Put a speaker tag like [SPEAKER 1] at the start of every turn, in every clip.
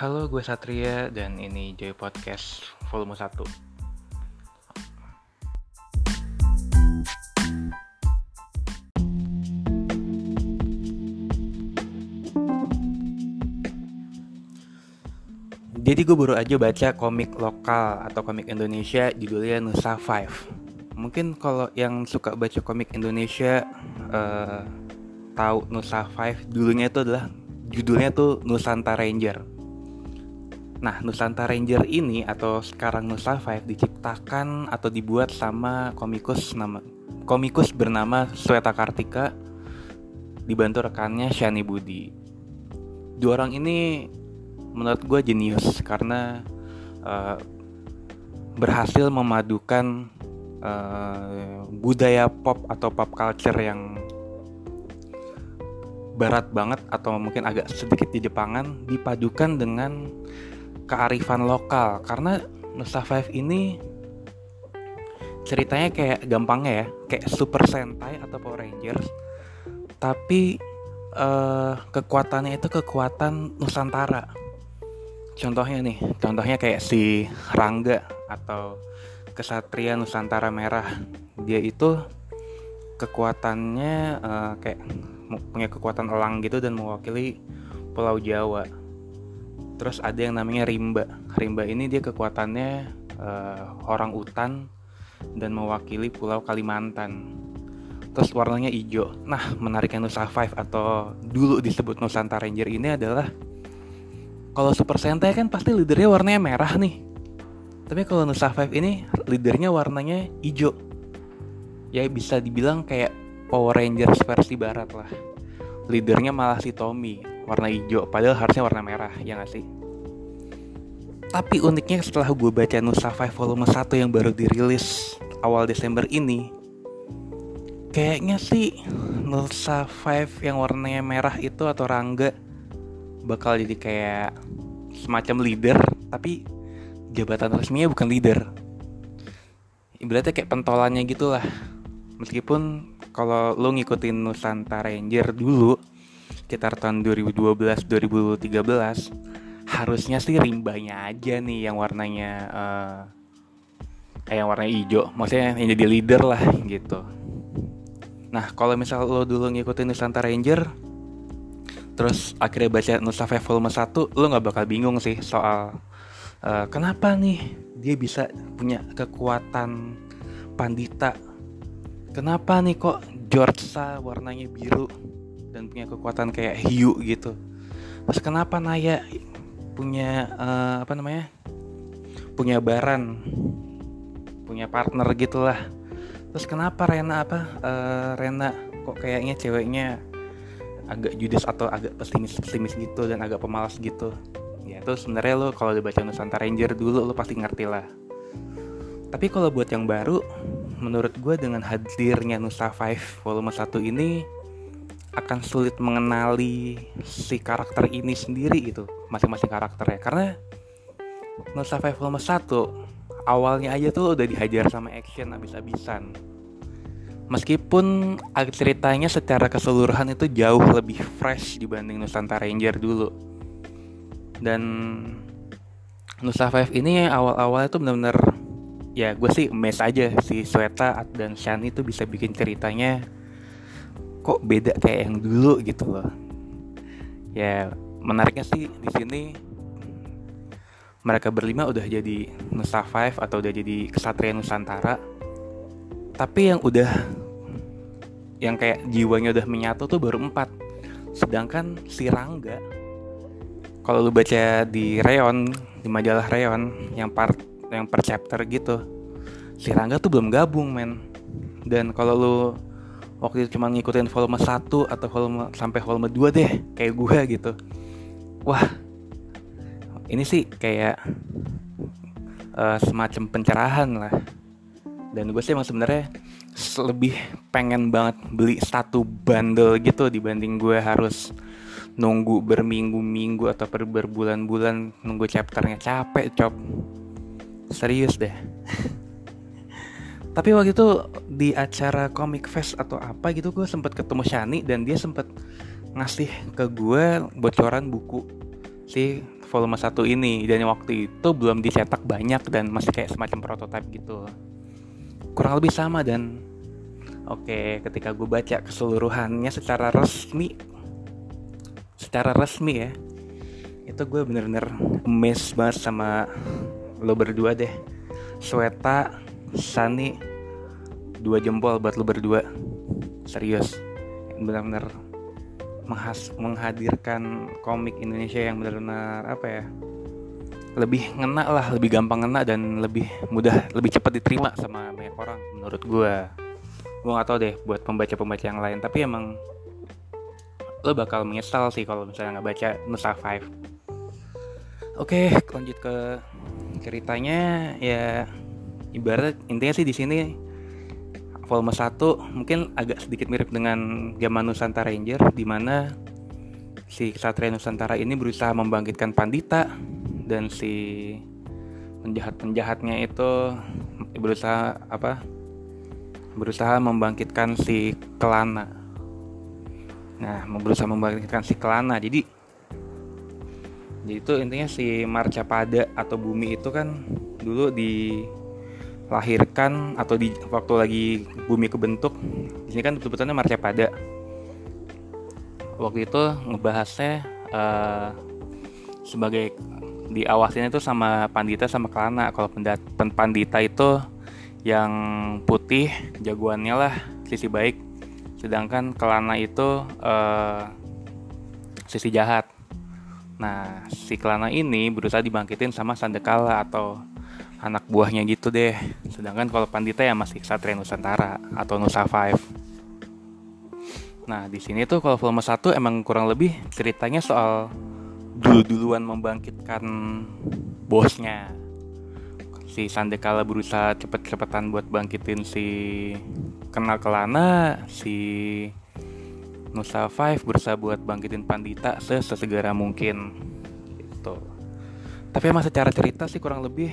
[SPEAKER 1] Halo, gue Satria dan ini Joy Podcast volume 1. Jadi gue baru aja baca komik lokal atau komik Indonesia judulnya Nusa Five. Mungkin kalau yang suka baca komik Indonesia tahu Nusa Five dulunya itu adalah judulnya tuh Nusantara Ranger. Nah, Nusantara Ranger ini atau sekarang Nusa Five diciptakan atau dibuat sama komikus bernama Sweta Kartika dibantu rekannya Shani Budi. Dua orang ini menurut gue jenius karena berhasil memadukan budaya pop atau pop culture yang barat banget atau mungkin agak sedikit di Jepangan dipadukan dengan kearifan lokal. Karena Nusa Five ini ceritanya kayak gampangnya ya, kayak Super Sentai atau Power Rangers, tapi kekuatannya itu kekuatan Nusantara. Contohnya kayak si Rangga atau Kesatria Nusantara Merah. Dia itu kekuatannya kayak punya kekuatan elang gitu dan mewakili Pulau Jawa. Terus ada yang namanya Rimba. Rimba ini dia kekuatannya orang utan dan mewakili Pulau Kalimantan. Terus warnanya hijau. Nah, menariknya Nusa Five atau dulu disebut Nusantara Ranger ini adalah kalau Super Sentai kan pasti leadernya warnanya merah nih. Tapi kalau Nusa Five ini leadernya warnanya hijau. Ya bisa dibilang kayak Power Rangers versi barat lah. Leadernya malah si Tommy, warna hijau, padahal harusnya warna merah, ya gak sih? Tapi uniknya setelah gue baca Nusa Five volume 1 yang baru dirilis awal Desember ini, kayaknya sih Nusa Five yang warnanya merah itu atau Rangga bakal jadi kayak semacam leader, tapi jabatan resminya bukan leader. Ibaratnya kayak pentolannya gitulah. Meskipun kalau lo ngikutin Nusantara Ranger dulu sekitar tahun 2012-2013, harusnya sih Rimbanya aja nih yang warnanya yang warna hijau, maksudnya yang jadi leader lah gitu. Nah, kalau misal lo dulu ngikutin Nusantara Ranger terus akhirnya baca Nusa Five volume 1, lo gak bakal bingung sih soal kenapa nih dia bisa punya kekuatan Pandita. Kenapa nih kok George warnanya biru dan punya kekuatan kayak hiu gitu. Terus kenapa Naya punya punya baran, punya partner gitulah. Terus kenapa Rena kok kayaknya ceweknya agak judes atau agak pesimis gitu dan agak pemalas gitu. Ya itu sebenarnya lo kalau udah baca Nusantara Ranger dulu lo pasti ngerti lah. Tapi kalau buat yang baru, menurut gue dengan hadirnya Nusa Five volume 1 ini akan sulit mengenali si karakter ini sendiri gitu, masing-masing karakternya. Karena Nusa Five volume 1 awalnya aja tuh udah dihajar sama action abis-abisan. Meskipun ceritanya secara keseluruhan itu jauh lebih fresh dibanding Nusantara Ranger dulu. Dan Nusa Five ini awal-awalnya tuh benar-benar, ya gue sih amazed aja si Sweta dan Shani tuh bisa bikin ceritanya kok beda kayak yang dulu gitu loh. Ya menariknya sih di sini mereka berlima udah jadi Nusa Five atau udah jadi Kesatria Nusantara. Tapi yang kayak jiwanya udah menyatu tuh baru 4. Sedangkan si Rangga, kalau lu baca di Rayon, di majalah Rayon yang per chapter gitu, si Rangga tuh belum gabung men. Dan kalau lu waktu itu cuma ngikutin volume 1 atau sampai volume 2 deh kayak gue gitu, wah ini sih kayak semacam pencerahan lah. Dan gue sih emang sebenarnya lebih pengen banget beli satu bundle gitu dibanding gue harus nunggu berminggu-minggu atau berbulan-bulan nunggu chapternya. Capek cop, serius deh. Tapi waktu itu di acara Comic Fest atau apa gitu gue sempet ketemu Shani dan dia sempet ngasih ke gue bocoran buku si volume 1 ini, dan waktu itu belum dicetak banyak dan masih kayak semacam prototipe gitu. Kurang lebih sama. Dan oke, ketika gue baca keseluruhannya secara resmi ya, itu gue bener-bener amazed banget sama lo berdua deh. Sweta, Sunny, 2 jempol buat lo berdua. Serius, bener-bener menghadirkan komik Indonesia yang benar-benar apa ya, lebih ngena lah, lebih gampang ngena dan lebih mudah, lebih cepat diterima sama banyak orang menurut gue. Gue nggak tahu deh buat pembaca yang lain, tapi emang lo bakal menyesal sih kalau misalnya nggak baca Nusa Five. Oke, lanjut ke ceritanya. Ya ibarat intinya sih di sini volume 1 mungkin agak sedikit mirip dengan zaman Nusantara Ranger, di mana si Ksatria Nusantara ini berusaha membangkitkan Pandita, dan si penjahatnya itu berusaha membangkitkan si Kelana. Jadi itu intinya si Marcapada atau bumi itu kan dulu dilahirkan atau di waktu lagi bumi kebentuk. Di sini kan betul-betulnya Marcapada. Waktu itu ngebahasnya sebagai diawasin itu sama Pandita sama Kelana. Kalau Pandita itu yang putih, jagoannya lah, sisi baik. Sedangkan Kelana itu sisi jahat. Nah, si Kelana ini berusaha dibangkitin sama Sandekala atau anak buahnya gitu deh. Sedangkan kalau Pandita ya masih Ksatria Nusantara atau Nusa Five. Nah, di sini tuh kalau volume 1 emang kurang lebih ceritanya soal duluan membangkitkan bosnya. Si Sandekala berusaha cepet-cepetan buat bangkitin si Kelana, si Nusa Five berusaha buat bangkitin Pandita sesegera mungkin gitu. Tapi emang secara cerita sih kurang lebih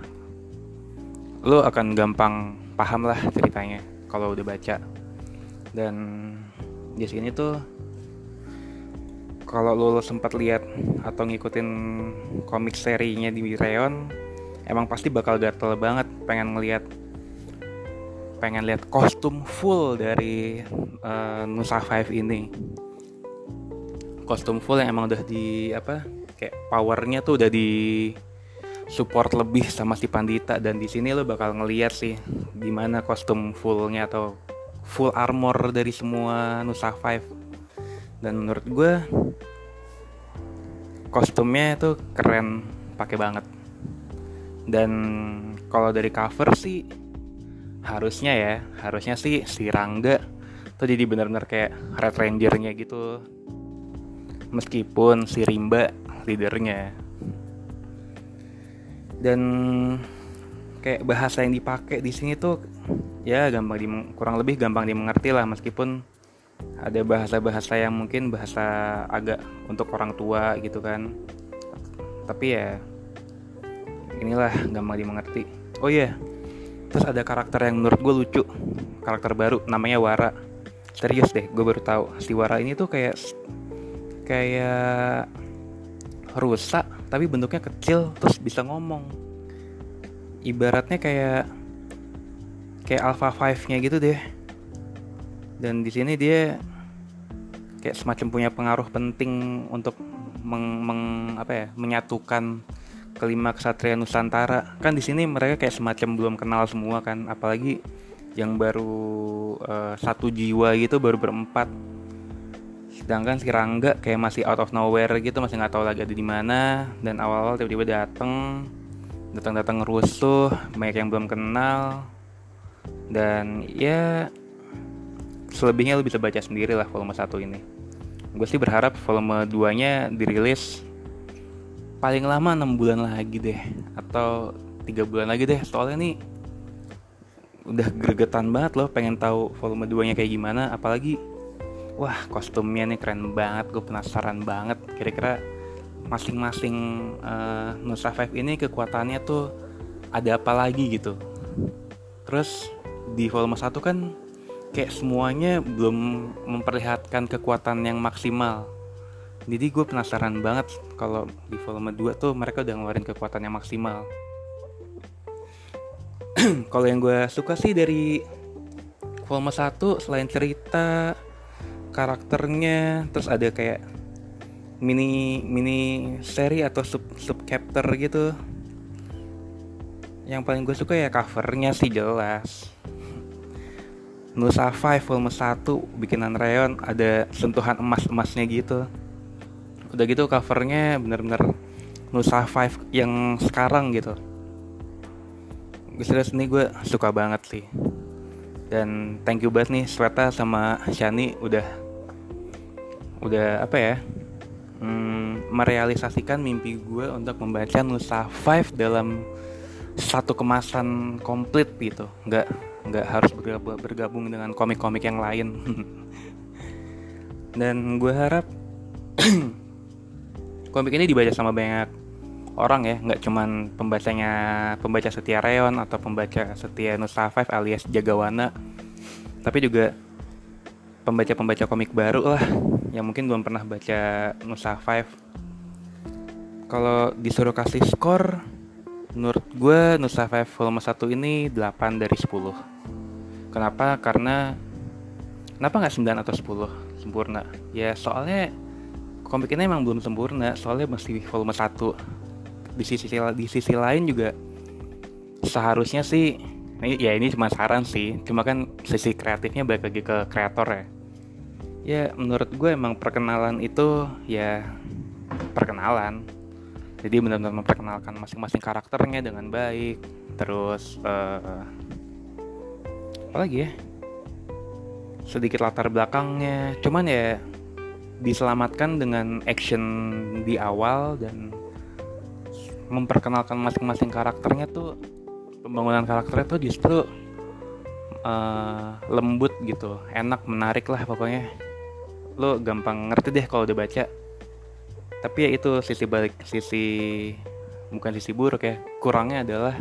[SPEAKER 1] lo akan gampang paham lah ceritanya kalau udah baca. Dan di sini tuh kalau lo sempat lihat atau ngikutin komik serinya di Rayon, emang pasti bakal gatel banget pengen lihat kostum full dari Nusa Five ini. Kostum full yang emang udah kayak powernya tuh udah di support lebih sama si Pandita. Dan di sini lo bakal ngeliat sih gimana kostum fullnya atau full armor dari semua Nusa Five. Dan menurut gue kostumnya itu keren, pakai banget. Dan kalau dari cover sih harusnya sih si Rangga tuh jadi benar-benar kayak Red Ranger-nya gitu, meskipun si Rimba leadernya. Dan kayak bahasa yang dipakai di sini tuh ya kurang lebih gampang dimengerti lah, meskipun ada bahasa-bahasa yang mungkin bahasa agak untuk orang tua gitu kan. Tapi ya inilah gampang dimengerti. Oh iya, terus ada karakter yang menurut gue lucu, karakter baru namanya Wara. Serius deh, gue baru tahu si Wara ini tuh kayak rusa tapi bentuknya kecil terus bisa ngomong. Ibaratnya kayak Alpha 5-nya gitu deh. Dan di sini dia kayak semacam punya pengaruh penting untuk menyatukan kelima ksatria Nusantara. Kan di sini mereka kayak semacam belum kenal semua kan, apalagi yang baru satu jiwa gitu, baru berempat. Sedangkan si Rangga kayak masih out of nowhere gitu, masih nggak tahu lagi ada di mana. Dan awal-awal tiba-tiba datang rusuh, banyak yang belum kenal. Dan ya selebihnya lu bisa baca sendiri lah volume 1 ini. Gue sih berharap volume 2-nya dirilis paling lama 6 bulan lagi deh, atau 3 bulan lagi deh. Soalnya nih udah gregetan banget loh, pengen tahu volume 2-nya kayak gimana. Apalagi wah, kostumnya nih keren banget. Gue penasaran banget kira-kira masing-masing Nusa Five ini kekuatannya tuh ada apa lagi gitu. Terus di volume 1 kan kayak semuanya belum memperlihatkan kekuatan yang maksimal. Jadi gue penasaran banget kalau di volume 2 tuh mereka udah ngeluarin kekuatan yang maksimal. Kalau yang gue suka sih dari volume 1, selain cerita, karakternya, terus ada kayak mini seri atau sub chapter gitu. Yang paling gue suka ya covernya sih jelas. Nusa 5 volume 1 bikinan Reon, ada sentuhan emas-emasnya gitu. Udah gitu covernya bener-bener Nusa 5 yang sekarang gitu. Serius nih gue suka banget sih. Dan thank you banget nih Sweta sama Shani udah apa ya, merealisasikan mimpi gue untuk membaca Nusa 5 dalam satu kemasan komplit gitu. Nggak harus bergabung dengan komik-komik yang lain. Dan gue harap komik ini dibaca sama banyak orang ya, nggak cuman pembaca setia Reon atau pembaca setia Nusa 5 alias Jagawana, tapi juga pembaca komik baru lah yang mungkin belum pernah baca Nusa 5. Kalau disuruh kasih skor, menurut gue Nusa 5 volume 1 ini 8 dari 10. Kenapa? Kenapa nggak 9 atau 10 sempurna? Ya soalnya komik ini emang belum sempurna, soalnya masih volume 1. Di sisi lain juga seharusnya sih, ini cuma saran sih, cuma kan sisi kreatifnya balik lagi ke kreator ya. Ya menurut gue emang perkenalan itu ya perkenalan. Jadi benar-benar memperkenalkan masing-masing karakternya dengan baik. Terus apa lagi ya, sedikit latar belakangnya. Cuman ya diselamatkan dengan action di awal dan memperkenalkan masing-masing karakternya tuh. Pembangunan karakternya tuh justru lembut gitu, enak, menarik lah pokoknya. Lo gampang ngerti deh kalau udah baca. Tapi ya itu bukan sisi buruk ya. Kurangnya adalah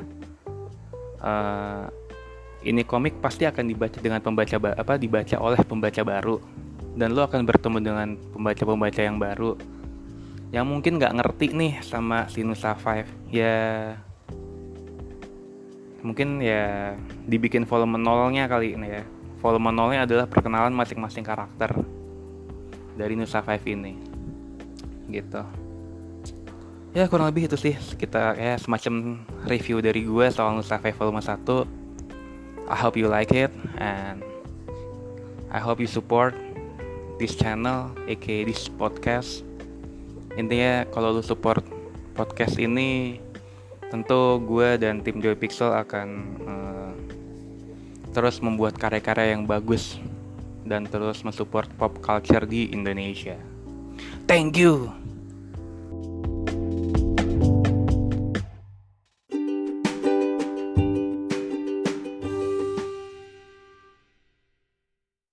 [SPEAKER 1] ini komik pasti akan dibaca oleh pembaca baru, dan lo akan bertemu dengan pembaca yang baru yang mungkin nggak ngerti nih sama si Nusa 5. Ya mungkin ya dibikin volume 0-nya kali ini ya. Volume 0-nya adalah perkenalan masing-masing karakter dari Nusa 5 ini gitu. Ya kurang lebih itu sih, sekitar ya semacam review dari gue soal Nusa 5 volume 1. I hope you like it and I hope you support this channel aka this podcast. Intinya kalau lu support podcast ini, tentu gue dan tim Joy Pixel akan terus membuat karya-karya yang bagus dan terus mensupport pop culture di Indonesia. Thank you.